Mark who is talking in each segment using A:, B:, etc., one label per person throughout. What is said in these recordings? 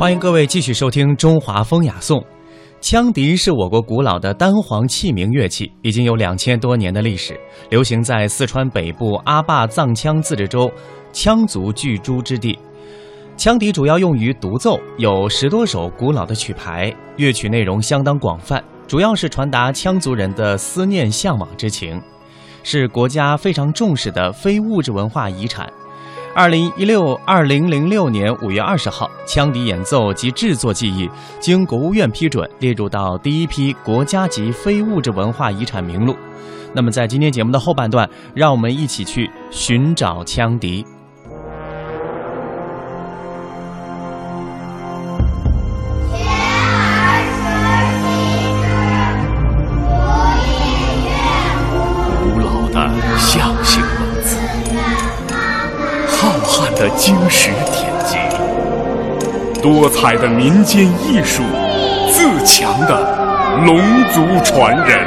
A: 欢迎各位继续收听《中华风雅颂》。羌笛是我国古老的单簧器鸣乐器，已经有2000多年的历史，流行在四川北部阿坝藏羌自治州羌族居住之地。羌笛主要用于独奏，有10多首古老的曲牌，乐曲内容相当广泛，主要是传达羌族人的思念向往之情，是国家非常重视的非物质文化遗产。2006年5月20号，羌笛演奏及制作技艺经国务院批准，列入到第一批国家级非物质文化遗产名录。那么在今天节目的后半段，让我们一起去寻找羌笛。
B: 古老的象形文字，浩瀚的经史典籍，多彩的民间艺术，自强的龙族传人，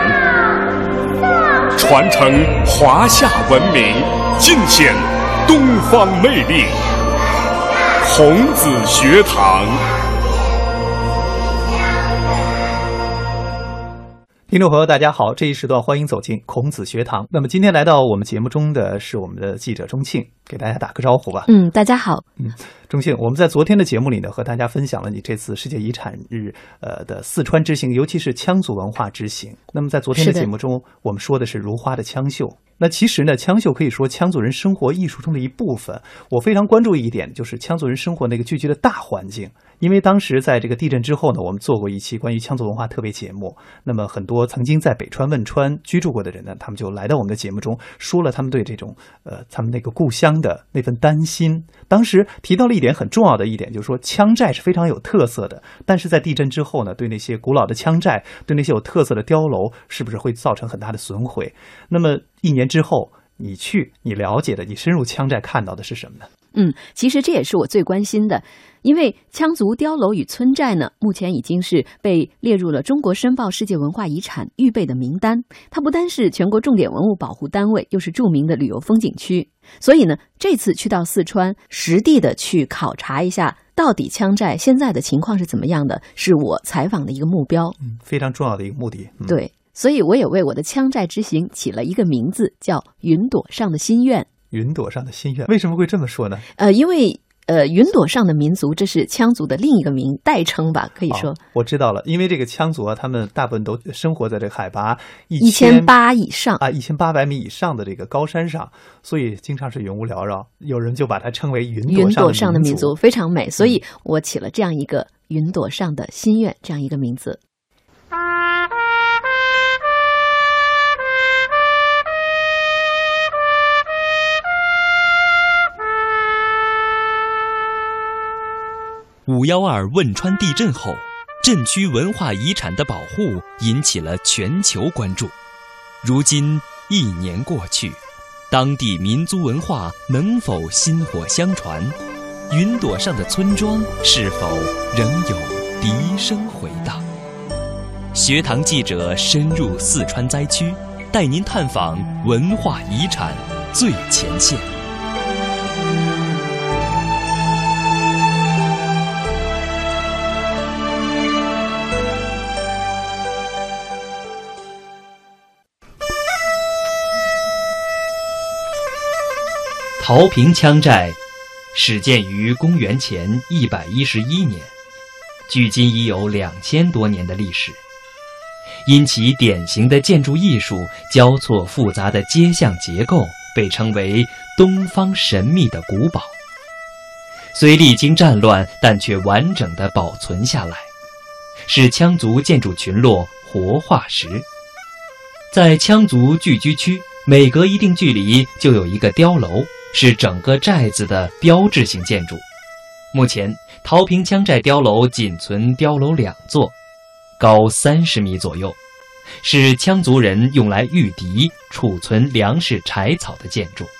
B: 传承华夏文明，尽显东方魅力。孔子学堂。
C: 听众朋友大家好，这一时段欢迎走进孔子学堂。那么今天来到我们节目中的是我们的记者钟庆，给大家打个招呼吧。
D: 大家好。
C: 钟庆，我们在昨天的节目里呢，和大家分享了你这次世界遗产日的四川之行，尤其是羌族文化之行。那么在昨天的节目中，我们说的是如花的羌绣。那其实呢，羌绣可以说羌族人生活艺术中的一部分。我非常关注一点，就是羌族人生活那个聚居的大环境。因为当时在这个地震之后呢，我们做过一期关于羌族文化特别节目。那么很多曾经在北川、汶川居住过的人呢，他们就来到我们的节目中，说了他们对这种他们那个故乡的那份担心。当时提到了一点很重要的一点，就是说羌寨是非常有特色的，但是在地震之后呢，对那些古老的羌寨，对那些有特色的碉楼，是不是会造成很大的损毁？那么1年之后，你了解的，你深入羌寨看到的是什么呢？
D: 其实这也是我最关心的，因为羌族碉楼与村寨呢，目前已经是被列入了中国申报世界文化遗产预备的名单。它不单是全国重点文物保护单位，又是著名的旅游风景区。所以呢，这次去到四川，实地的去考察一下，到底羌寨现在的情况是怎么样的，是我采访的一个目标。
C: 非常重要的一个目的。
D: 对，所以我也为我的羌寨之行起了一个名字，叫云朵上的心愿。
C: 云朵上的心愿，为什么会这么说呢？
D: 因为云朵上的民族，这是羌族的另一个代称吧，可以说。
C: 我知道了，因为这个羌族啊，他们大部分都生活在这个海拔
D: 1800以上
C: 1800米以上的这个高山上，所以经常是云雾缭绕。有人就把它称为云
D: 朵上的民族，非常美，所以我起了这样一个云朵上的心愿这样一个名字。
E: 5.12汶川地震后，震区文化遗产的保护引起了全球关注。如今1年过去，当地民族文化能否薪火相传？云朵上的村庄是否仍有笛声回荡？学堂记者深入四川灾区，带您探访文化遗产最前线。陶坪羌寨始建于公元前111年，距今已有2000多年的历史。因其典型的建筑艺术交错复杂的街巷结构，被称为东方神秘的古堡。虽历经战乱，但却完整地保存下来，是羌族建筑群落活化石。在羌族聚居区，每隔一定距离就有一个碉楼，是整个寨子的标志性建筑。目前陶坪羌寨碉楼仅存碉楼2座，高30米左右，是羌族人用来御敌、储存粮食、柴草的建筑。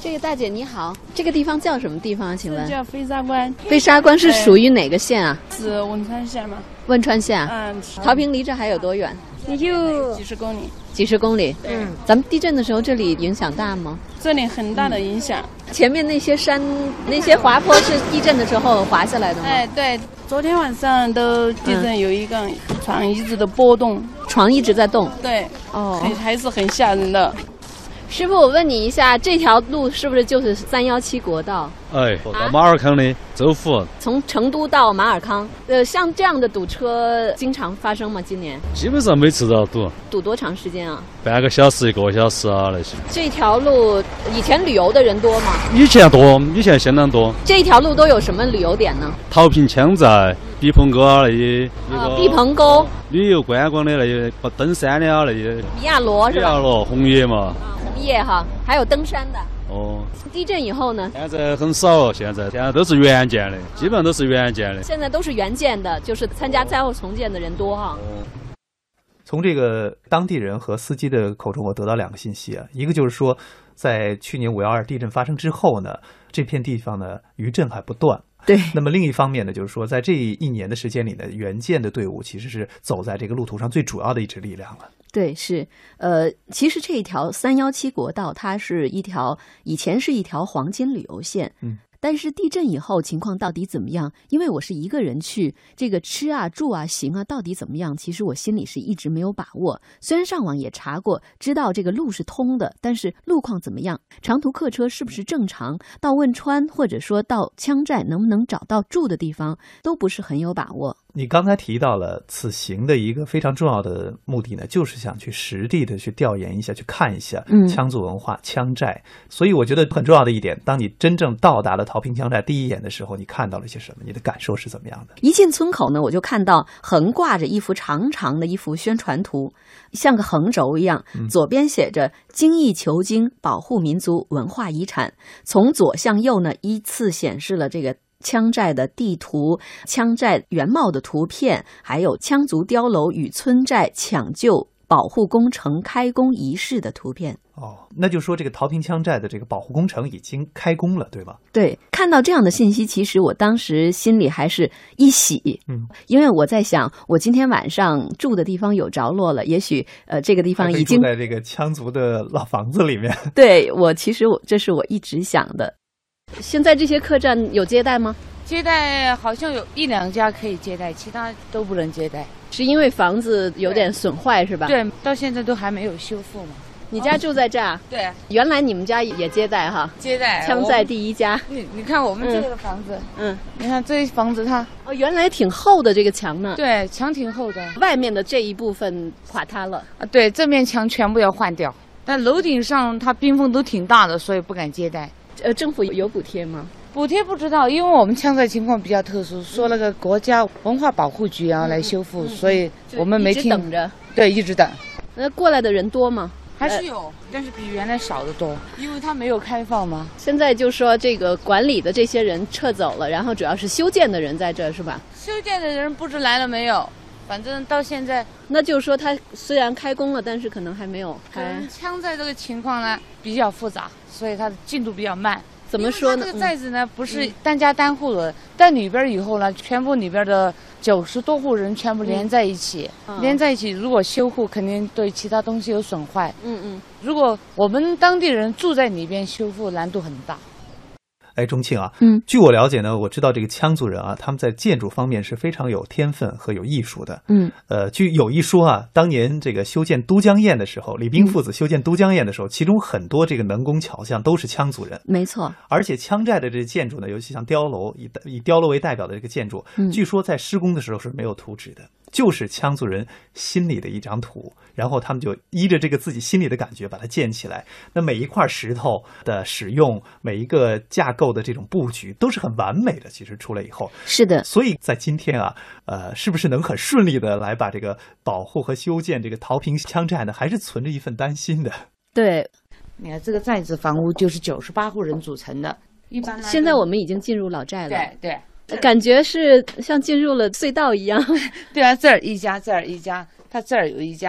D: 这个大姐你好，这个地方叫什么地方啊？请问？
F: 叫飞沙关。
D: 飞沙关是属于哪个县啊？
F: 是汶川县吗？
D: 汶川县啊。陶平离这还有多远？
F: 也就几十公里。
D: 几十公里。咱们地震的时候这里影响大吗？
F: 这里很大的影响。
D: 前面那些山、那些滑坡是地震的时候滑下来的吗？
F: 哎，对，昨天晚上都地震，有一个床一直的波动，
D: 床一直在动。
F: 对，还是很吓人的。
D: 师傅，我问你一下，这条路是不是就是317国道？
G: 哎，到马尔康的州府。
D: 从成都到马尔康，像这样的堵车经常发生吗？今年？
G: 基本上每次都要堵。
D: 堵多长时间啊？
G: 半个小时、1个小时啊那些。
D: 这条路以前旅游的人多吗？
G: 以前多，以前相当多。
D: 这条路都有什么旅游点呢？
G: 陶坪羌寨、毕棚沟啊那些。
D: 毕棚沟。
G: 旅游观光的那些，登山的啊那些。
D: 米亚罗是吧？
G: 米亚罗、红叶嘛。
D: 红叶哈，还有登山的。地震以后呢？
G: 现在很少，现在都是原建的，基本上都是原建的。
D: 现在都是原建的，就是参加灾后重建的人多哈。
C: 从这个当地人和司机的口中，我得到2个信息啊，一个就是说，在去年5.12地震发生之后呢，这片地方呢余震还不断。
D: 对。
C: 那么另一方面呢，就是说，在这1年的时间里呢，原建的队伍其实是走在这个路途上最主要的一支力量了。
D: 对，是，其实这一条317国道，它是以前是一条黄金旅游线，但是地震以后情况到底怎么样？因为我是一个人去，这个吃啊、住啊、行啊，到底怎么样？其实我心里是一直没有把握。虽然上网也查过，知道这个路是通的，但是路况怎么样？长途客车是不是正常？到汶川或者说到羌寨能不能找到住的地方，都不是很有把握。
C: 你刚才提到了此行的一个非常重要的目的呢，就是想去实地的去调研一下，去看一下羌族文化、羌寨。所以我觉得很重要的一点，当你真正到达了陶坪羌寨第一眼的时候，你看到了些什么？你的感受是怎么样的？
D: 一进村口呢，我就看到横挂着一幅长长的一幅宣传图，像个横轴一样，左边写着精益求精，保护民族文化遗产。从左向右呢，依次显示了这个羌寨的地图、羌寨原貌的图片，还有羌族碉楼与村寨抢救保护工程开工仪式的图片。
C: 那就说这个陶坪羌寨的这个保护工程已经开工了，对吧？
D: 对，看到这样的信息，其实我当时心里还是一喜，因为我在想，我今天晚上住的地方有着落了，也许这个地方已经
C: 住在这个羌族的老房子里面。
D: 对，其实这是我一直想的。现在这些客栈有接待吗？
H: 接待好像有1、2家可以接待，其他都不能接待。
D: 是因为房子有点损坏是吧？
H: 对，到现在都还没有修复嘛。
D: 你家住在这儿？
H: 对，
D: 原来你们家也接待哈？
H: 接待，
D: 羌寨第一家。
H: 你看我们这个房子，你看这房子它
D: 原来挺厚的这个墙呢。
H: 对，墙挺厚的，
D: 外面的这一部分垮塌了。
H: 对，这面墙全部要换掉。但楼顶上它冰缝都挺大的，所以不敢接待。
D: 政府有补贴吗？
H: 补贴不知道，因为我们羌寨情况比较特殊，说那个国家文化保护局来修复，所以我们没听。
D: 一直等着。
H: 对，一直等。
D: 那过来的人多吗？
H: 还是有，但是比原来少得多，因为它没有开放嘛。
D: 现在就说这个管理的这些人撤走了，然后主要是修建的人在这，是吧？
H: 修建的人不知来了没有，反正到现在。
D: 那就是说，它虽然开工了，但是可能还没有开。
H: 羌寨这个情况呢比较复杂，所以它的进度比较慢。
D: 怎么说呢？
H: 这个寨子呢不是单家单户的，但里边以后呢，全部里边的90多户人全部连在一起，连在一起，如果修复，肯定对其他东西有损坏。如果我们当地人住在里边，修复难度很大。
C: 钟庆啊，据我了解呢，我知道这个羌族人啊，他们在建筑方面是非常有天分和有艺术的。据有一说啊，当年这个修建都江堰的时候，李冰父子修建都江堰的时候，其中很多这个能工巧匠都是羌族人。
D: 没错。而
C: 且羌寨的这建筑呢，尤其像碉楼，以碉楼为代表的这个建筑，据说在施工的时候是没有图纸的，就是羌族人心里的一张图，然后他们就依着这个自己心里的感觉把它建起来。那每一块石头的使用，每一个架构的这种布局都是很完美的，其实出来以后
D: 是的。
C: 所以在今天啊，是不是能很顺利的来把这个保护和修建这个陶坪羌寨呢，还是存着一份担心的。
D: 对，
H: 你看这个寨子房屋就是98户人组成的，一般
D: 现在我们已经进入老寨了。
H: 对，
D: 感觉是像进入了隧道一样。
H: 对啊，这儿一家，这儿一家，他这儿有一家，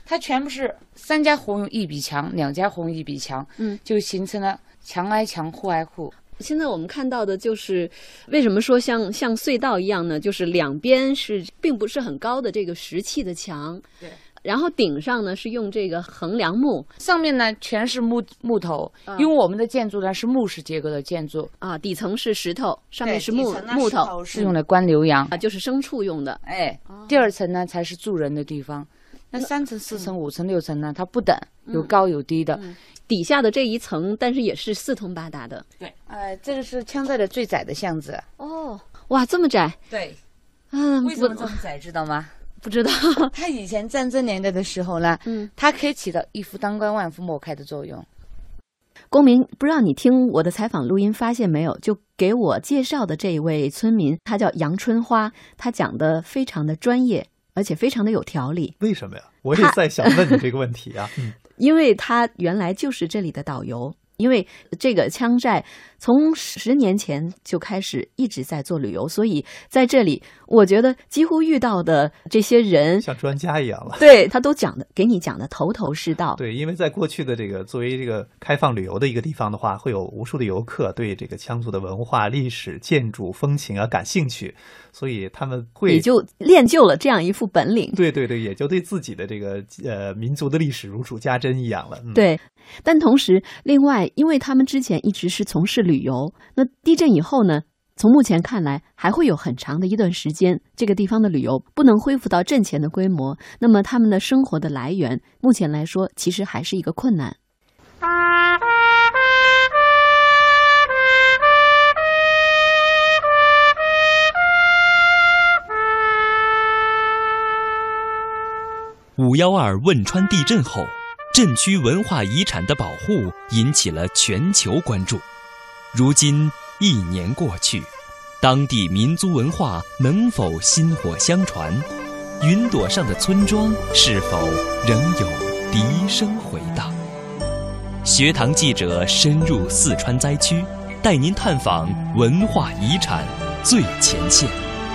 H: 它全部是3家合用一笔墙，2家合用一笔墙，就形成了墙挨墙，户挨户。
D: 现在我们看到的就是为什么说像隧道一样呢？就是两边是并不是很高的这个石砌的墙，
H: 对，
D: 然后顶上呢是用这个横梁木，
H: 上面呢全是木头，因为我们的建筑呢是木式结构的建筑
D: 啊，底层是石头，上面是木头，
H: 是用来关牛羊
D: 啊，就是牲畜用的。
H: 第2层呢才是住人的地方。那3层、4层、5层、6层呢，它不等，有高有低的。
D: 底下的这一层，但是也是四通八达的。
H: 对，这个是羌寨的最窄的巷子。
D: 哦，哇，这么窄。
H: 对，
D: 嗯，
H: 为什么这么窄，知道吗？
D: 不知道。
H: 它以前战争年代的时候呢，它可以起到一夫当关万夫莫开的作用。
D: 公民，不知道你听我的采访录音发现没有？就给我介绍的这一位村民，他叫杨春花，他讲的非常的专业，而且非常的有条理。
C: 为什么呀？我也在想问你这个问题啊。
D: 因为他原来就是这里的导游，因为这个羌寨从10年前就开始一直在做旅游，所以在这里我觉得几乎遇到的这些人
C: 像专家一样了。
D: 对，他都给你讲的头头是道。
C: 对，因为在过去的这个作为这个开放旅游的一个地方的话，会有无数的游客对这个羌族的文化、历史、建筑、风情啊感兴趣，所以他们会
D: 也就练就了这样一副本领。
C: 对对对，也就对自己的这个民族的历史如数家珍一样了。
D: 对，但同时另外，因为他们之前一直是从事旅游，那地震以后呢，从目前看来还会有很长的一段时间，这个地方的旅游不能恢复到震前的规模，那么他们的生活的来源目前来说其实还是一个困难。
E: 5.12汶川地震后，震区文化遗产的保护引起了全球关注。如今1年过去，当地民族文化能否薪火相传？云朵上的村庄是否仍有笛声回荡？学堂记者深入四川灾区，带您探访文化遗产最前线。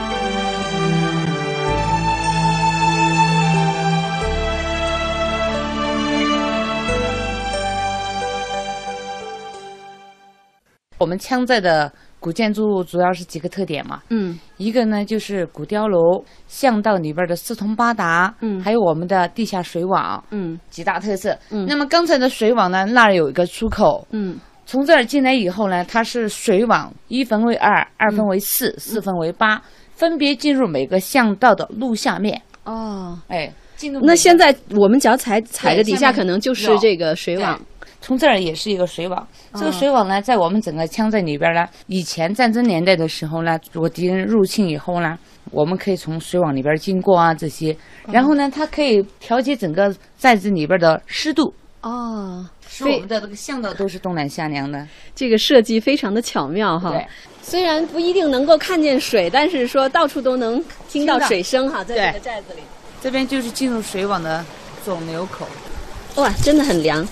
H: 我们羌寨的古建筑主要是几个特点嘛，一个呢就是古碉楼、巷道里边的四通八达，还有我们的地下水网，几大特色。那么刚才的水网呢，那儿有一个出口，从这儿进来以后呢，它是水网1分为2，2分为4，4分为8，分别进入每个巷道的路下面。
D: 哦，
H: 进入
D: 那现在我们脚踩的底下可能就是这个水网。
H: 从这儿也是一个水网，这个水网呢，在我们整个羌寨里边呢，以前战争年代的时候呢，如果敌人入侵以后呢，我们可以从水网里边经过啊这些，然后呢，它可以调节整个寨子里边的湿度。使我们的这个巷道都是冬暖夏凉的。
D: 这个设计非常的巧妙哈。
H: 对，
D: 虽然不一定能够看见水，但是说到处都能听到水声哈，在这个寨子里。
H: 这边就是进入水网的总流口。
D: 哇，真的很凉。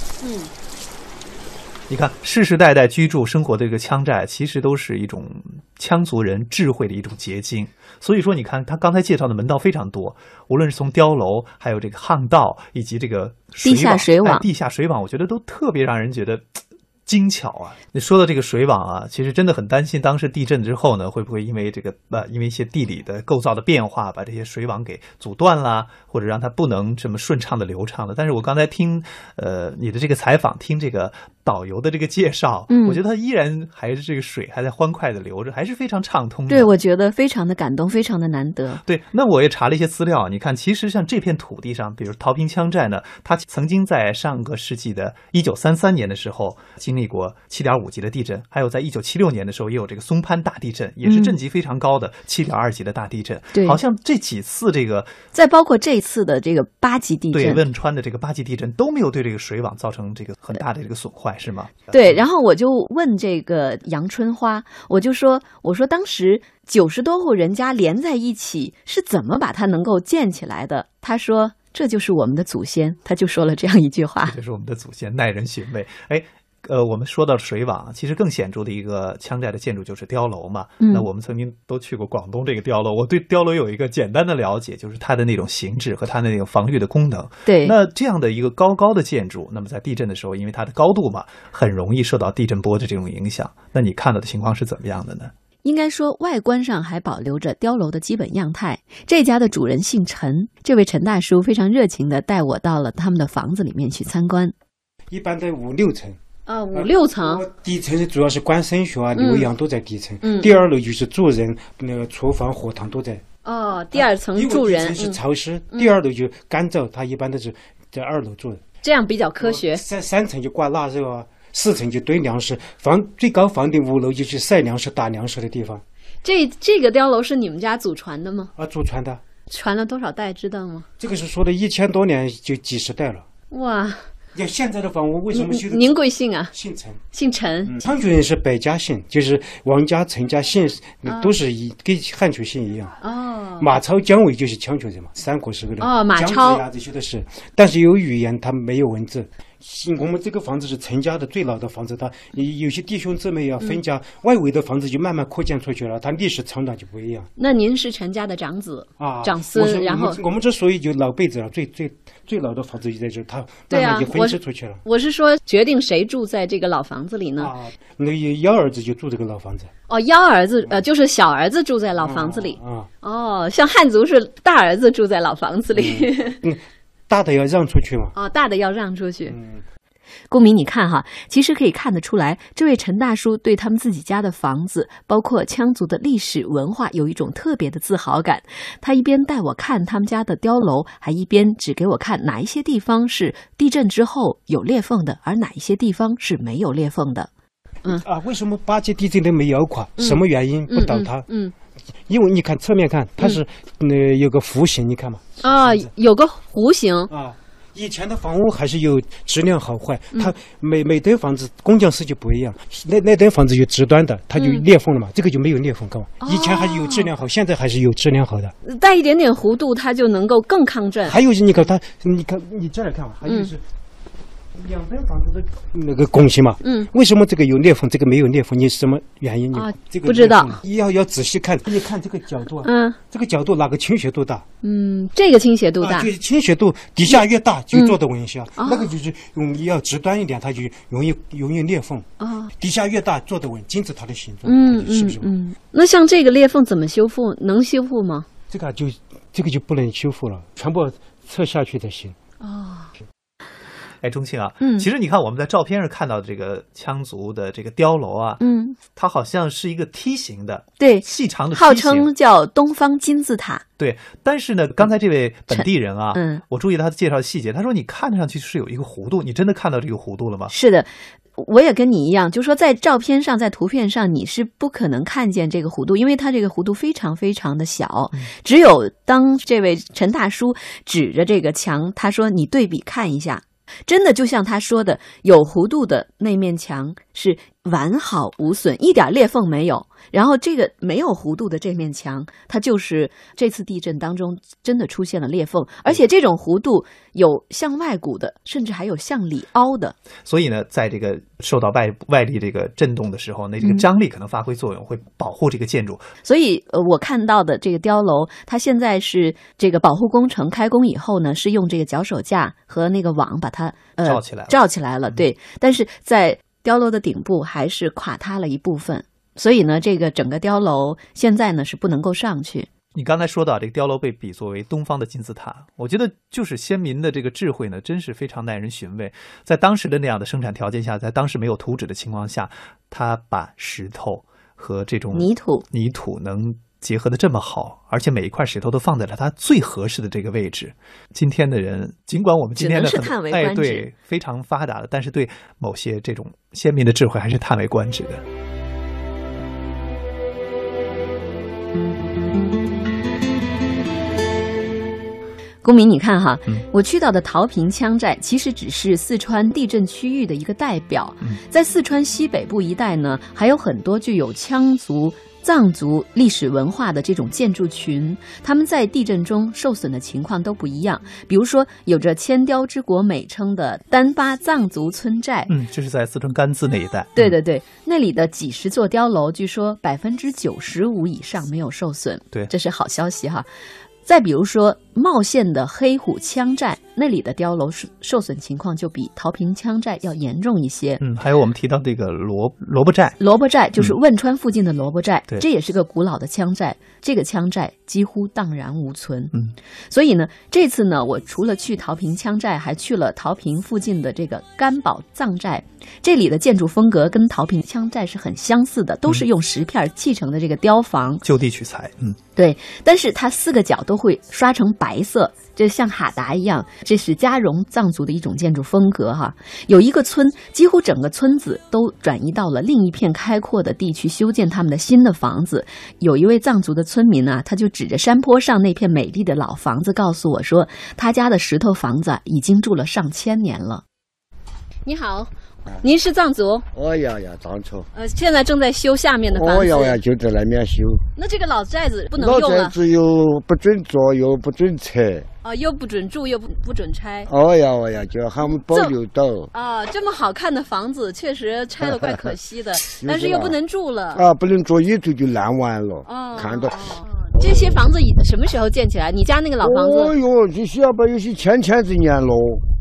C: 你看，世世代代居住生活的这个羌寨，其实都是一种羌族人智慧的一种结晶。所以说，你看他刚才介绍的门道非常多，无论是从碉楼，还有这个巷道，以及这个
D: 地下水网，
C: 我觉得都特别让人觉得精巧啊！你说到这个水网啊，其实真的很担心，当时地震之后呢，会不会因为这个因为一些地理的构造的变化，把这些水网给阻断啦，或者让它不能这么顺畅的流畅了。但是我刚才听你的这个采访，听这个导游的这个介绍，我觉得它依然还是这个水还在欢快的流着，还是非常畅通的。
D: 对，我觉得非常的感动，非常的难得。
C: 对，那我也查了一些资料，你看，其实像这片土地上，比如陶坪羌寨呢，它曾经在上个世纪的1933年的时候经历过7.5级的地震，还有在1976年的时候也有这个松潘大地震，也是震级非常高的7.2级的大地震。
D: 对，
C: 好像这几次这个，
D: 再包括这次的这个8级地震，
C: 对，汶川的这个8级地震都没有对这个水网造成这个很大的这个损坏，是吗？
D: 对，然后我就问这个杨春花，我说当时90多户人家连在一起是怎么把它能够建起来的？他说这就是我们的祖先，他就说了这样一句话，
C: 这就是我们的祖先，耐人寻味。 我们说到水网，其实更显著的一个羌寨的建筑就是碉楼嘛。那我们曾经都去过广东这个碉楼，我对碉楼有一个简单的了解，就是它的那种形制和它的那种防御的功能。
D: 对，
C: 那这样的一个高高的建筑，那么在地震的时候，因为它的高度嘛，很容易受到地震波的这种影响。那你看到的情况是怎么样的呢？
D: 应该说，外观上还保留着碉楼的基本样态。这家的主人姓陈，这位陈大叔非常热情地带我到了他们的房子里面去参观。
I: 一般的5、6层。
D: 5、6层。
I: 底层主要是管生学啊、留洋都在底层。第2楼就是住人，那个厨房、火塘都在。
D: 第2层住人。
I: 第1层是潮湿，第2楼就干燥，它一般都是在2楼住的。
D: 这样比较科学。
I: 3层就挂腊肉啊。4层就堆粮食，最高房顶5楼就是晒粮食、打粮食的地方。
D: 这个碉楼是你们家祖传的吗？
I: 祖传的。
D: 传了多少代知道吗？
I: 这个是说的1000多年，就几十代了。
D: 哇！
I: 现在的房屋为什么修的？
D: 您贵姓啊？
I: 姓陈。
D: 姓陈。
I: 羌族人是百家姓，就是王家、陈家姓都是跟汉族姓一样。马超、姜维就是羌族人嘛，三国时候的。
D: 马超
I: 呀这些都是，但是有语言，他没有文字。我们这个房子是陈家的最老的房子，它有些弟兄姊妹要分家，外围的房子就慢慢扩建出去了，它历史成长就不一样。
D: 那您是陈家的长子长孙，然后
I: 我们这属于就老辈子了，最老的房子就在这，它慢慢就分支出去了。
D: 我是说，决定谁住在这个老房子里呢？
I: 那幺儿子就住这个老房子。
D: 幺儿子就是小儿子住在老房子里。像汉族是大儿子住在老房子里。
I: 大的要让出去嘛？
D: 大的要让出去。公民，你看哈，其实可以看得出来，这位陈大叔对他们自己家的房子，包括羌族的历史文化，有一种特别的自豪感。他一边带我看他们家的碉楼，还一边指给我看哪一些地方是地震之后有裂缝的，而哪一些地方是没有裂缝的。
I: 为什么8级地震都没摇垮？什么原因不倒塌？因为你看侧面看，它是有个弧形，你看嘛。
D: 有个弧形。
I: 以前的房屋还是有质量好坏，它每栋房子工匠师就不一样。那栋房子有直端的，它就裂缝了嘛，这个就没有裂缝，看嘛。以前还是有质量好，现在还是有质量好的。
D: 带一点点弧度，它就能够更抗震。
I: 还有你看它，你这来看嘛，还有是。2栋房子的那个拱形嘛，为什么这个有裂缝，这个没有裂缝？你什么原因？这个
D: 不知道，
I: 要仔细看。你看这个角度，这个角度哪个倾斜度大？
D: 这个倾斜度大，
I: 就是倾斜度底下越大就做的稳些，那个就是要直端一点，它就容易裂缝。底下越大做的稳，禁止它的形状。是不是？
D: 那像这个裂缝怎么修复？能修复吗？
I: 这个就不能修复了，全部撤下去才行。
C: 钟庆啊，其实你看我们在照片上看到的这个羌族的这个碉楼啊，它好像是一个梯形的，
D: 对，
C: 细长的梯形，
D: 号称叫东方金字塔。
C: 对，但是呢，刚才这位本地人啊，我注意他的介绍细节，他说你看上去是有一个弧度，你真的看到这个弧度了吗？
D: 是的。我也跟你一样，就说在照片上，在图片上，你是不可能看见这个弧度，因为它这个弧度非常非常的小。只有当这位陈大叔指着这个墙，他说：“你对比看一下。”真的就像他说的，有弧度的那面墙是完好无损，一点裂缝没有。然后这个没有弧度的这面墙，它就是这次地震当中真的出现了裂缝，而且这种弧度有向外鼓的，甚至还有向里凹的。
C: 所以呢，在这个受到外力这个震动的时候，那这个张力可能发挥作用，会保护这个建筑。
D: 所以我看到的这个碉楼，它现在是这个保护工程开工以后呢，是用这个脚手架和那个网把它罩起来了。对，但是在碉楼的顶部还是垮塌了一部分。所以呢，这个整个碉楼现在呢是不能够上去。
C: 你刚才说到这个碉楼被比作为东方的金字塔，我觉得就是先民的这个智慧呢，真是非常耐人寻味。在当时的那样的生产条件下，在当时没有图纸的情况下，他把石头和这种泥土能结合的这么好，而且每一块石头都放在了它最合适的这个位置。今天的人，尽管我们今天的对非常发达的，但是对某些这种先民的智慧还是叹为观止的。
D: 公民，你看哈，我去到的桃坪羌寨其实只是四川地震区域的一个代表。在四川西北部一带呢，还有很多具有羌族、藏族历史文化的这种建筑群，他们在地震中受损的情况都不一样。比如说，有着千雕之国美称的丹巴藏族村寨，
C: 这是在四川甘孜那一带。
D: 对对对，那里的几十座碉楼，据说95%以上没有受损。
C: 对，
D: 这是好消息哈。再比如说茂县的黑虎羌寨，那里的碉楼受损情况就比桃坪羌寨要严重一些。
C: 还有我们提到这个萝卜寨，
D: 萝卜寨就是汶川附近的萝卜寨，
C: 对，
D: 这也是个古老的羌寨，这个羌寨几乎荡然无存。所以呢，这次呢，我除了去桃坪羌寨，还去了桃坪附近的这个甘宝藏寨，这里的建筑风格跟桃坪羌寨是很相似的，都是用石片砌成的这个雕房，
C: 就地取材。
D: 对，但是它4个角都会刷成白色，这像哈达一样，这是嘉绒藏族的一种建筑风格哈。有一个村，几乎整个村子都转移到了另一片开阔的地区修建他们的新的房子。有一位藏族的村民啊，他就指着山坡上那片美丽的老房子告诉我说，他家的石头房子已经住了上千年了。你好，您是藏族？
J: 藏族。
D: 现在正在修下面的房子。
J: 就在那边修。
D: 那这个老寨子不能用了。
J: 老寨子又不准做，又不准拆。
D: 又不准住，又不准拆。
J: 就要他们保留到。
D: 这么好看的房子，确实拆了怪可惜的，但是又不能住了。
J: 不能住，一住就烂完了。看到。
D: 这些房子什么时候建起来？你家那个老房子？
J: 这些要不有些千之年了。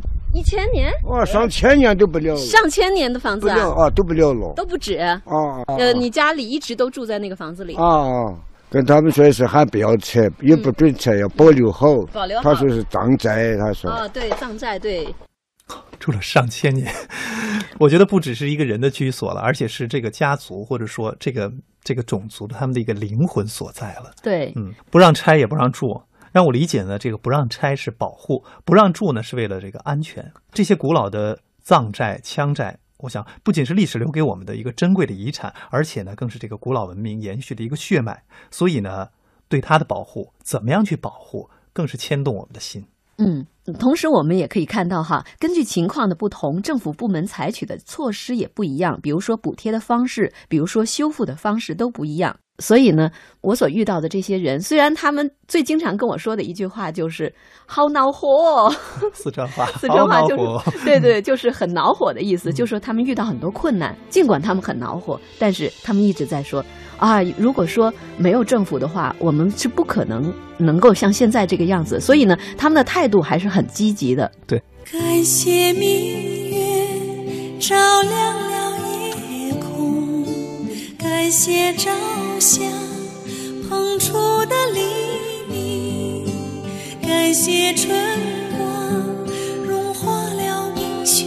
D: 1000年？
J: 上千年都不了。
D: 上千年的房子啊？
J: 都不了了。
D: 都不止。你家里一直都住在那个房子里？
J: 跟他们说是还不要拆，也不准拆，要保留好。他说是藏寨，他说。
D: 对，藏寨对。
C: 住了上千年，我觉得不只是一个人的居所了，而且是这个家族或者说这个种族的他们的一个灵魂所在了。
D: 对，
C: 不让拆也不让住。让我理解呢，这个不让拆是保护，不让住呢是为了这个安全。这些古老的藏寨、羌寨，我想不仅是历史留给我们的一个珍贵的遗产，而且呢更是这个古老文明延续的一个血脉。所以呢，对它的保护，怎么样去保护，更是牵动我们的心。
D: 同时我们也可以看到哈，根据情况的不同，政府部门采取的措施也不一样，比如说补贴的方式，比如说修复的方式都不一样。所以呢，我所遇到的这些人，虽然他们最经常跟我说的一句话就是好恼火，
C: 四川话
D: 就是对，就是很恼火的意思，就是说他们遇到很多困难，尽管他们很恼火，但是他们一直在说如果说没有政府的话，我们是不可能够像现在这个样子。所以呢，他们的态度还是很积极的。
C: 对，
K: 感谢明月照亮了夜空，感谢朝霞捧出的黎明，感谢春光融化了冰雪，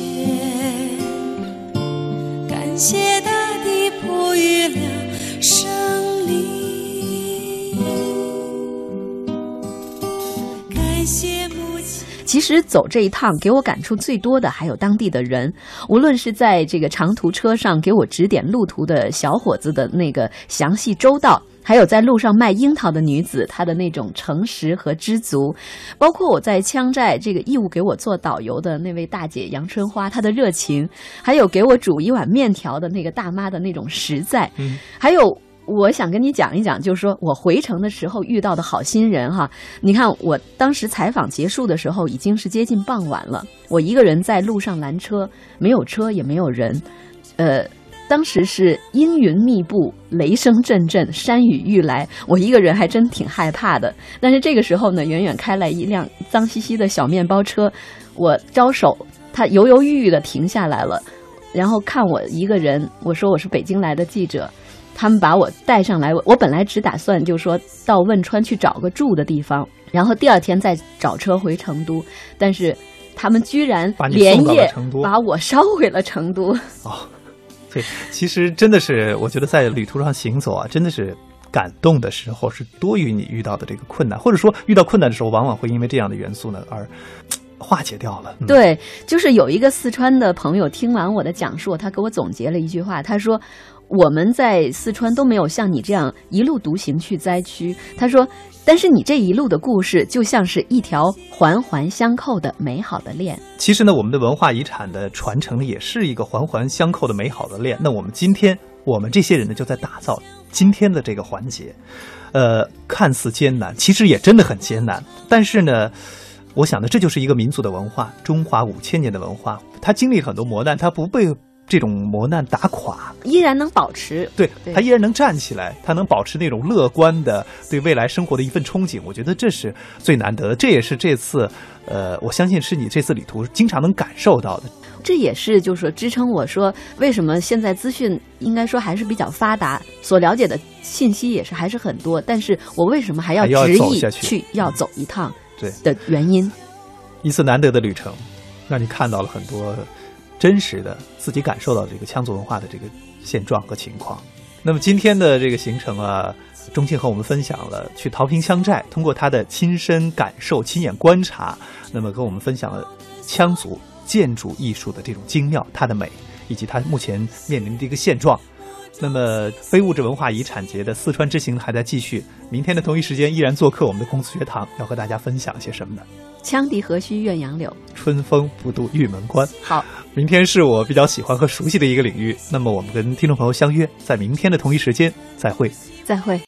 K: 感谢大地哺育了生灵，感谢母亲。
D: 其实走这一趟给我感触最多的还有当地的人，无论是在这个长途车上给我指点路途的小伙子的那个详细周到，还有在路上卖樱桃的女子她的那种诚实和知足，包括我在羌寨这个义务给我做导游的那位大姐杨春花她的热情，还有给我煮一碗面条的那个大妈的那种实在，还有我想跟你讲一讲，就是说我回程的时候遇到的好心人哈。你看我当时采访结束的时候已经是接近傍晚了，我一个人在路上拦车，没有车也没有人，当时是阴云密布，雷声阵阵，山雨欲来，我一个人还真挺害怕的。但是这个时候呢，远远开来一辆脏兮兮的小面包车，我招手，他犹犹豫豫的停下来了，然后看我一个人，我说我是北京来的记者。他们把我带上来，我本来只打算就说到汶川去找个住的地方，然后第二天再找车回成都，但是他们居然连夜把我捎回了成都。
C: 对，其实真的是，我觉得在旅途上行走啊，真的是感动的时候是多于你遇到的这个困难，或者说遇到困难的时候，往往会因为这样的元素呢而化解掉了。
D: 对，就是有一个四川的朋友听完我的讲述，他给我总结了一句话，他说我们在四川都没有像你这样一路独行去灾区，他说但是你这一路的故事就像是一条环环相扣的美好的链。
C: 其实呢，我们的文化遗产的传承也是一个环环相扣的美好的链。那我们今天我们这些人呢，就在打造今天的这个环节。看似艰难，其实也真的很艰难。但是呢，我想呢，这就是一个民族的文化，中华5000年的文化，它经历很多磨难，它不被这种磨难打垮，
D: 依然能保持。
C: 对，它依然能站起来，它能保持那种乐观的对未来生活的一份憧憬。我觉得这是最难得的，这也是这次我相信是你这次旅途经常能感受到的。
D: 这也是就是说支撑我说为什么现在资讯应该说还是比较发达，所了解的信息也是还是很多，但是我为什么还要执意去要走一趟的原因。
C: 一次难得的旅程，让你看到了很多真实的自己感受到这个羌族文化的这个现状和情况。那么今天的这个行程啊，钟庆和我们分享了去陶坪羌寨，通过他的亲身感受、亲眼观察，那么跟我们分享了羌族建筑艺术的这种精妙，它的美，以及它目前面临的一个现状。那么非物质文化遗产节的四川之行还在继续，明天的同一时间依然做客我们的孔子学堂，要和大家分享些什么呢？
D: 羌笛何须怨杨柳，
C: 春风不度玉门关。
D: 好，
C: 明天是我比较喜欢和熟悉的一个领域，那么我们跟听众朋友相约在明天的同一时间再会。
D: 再会。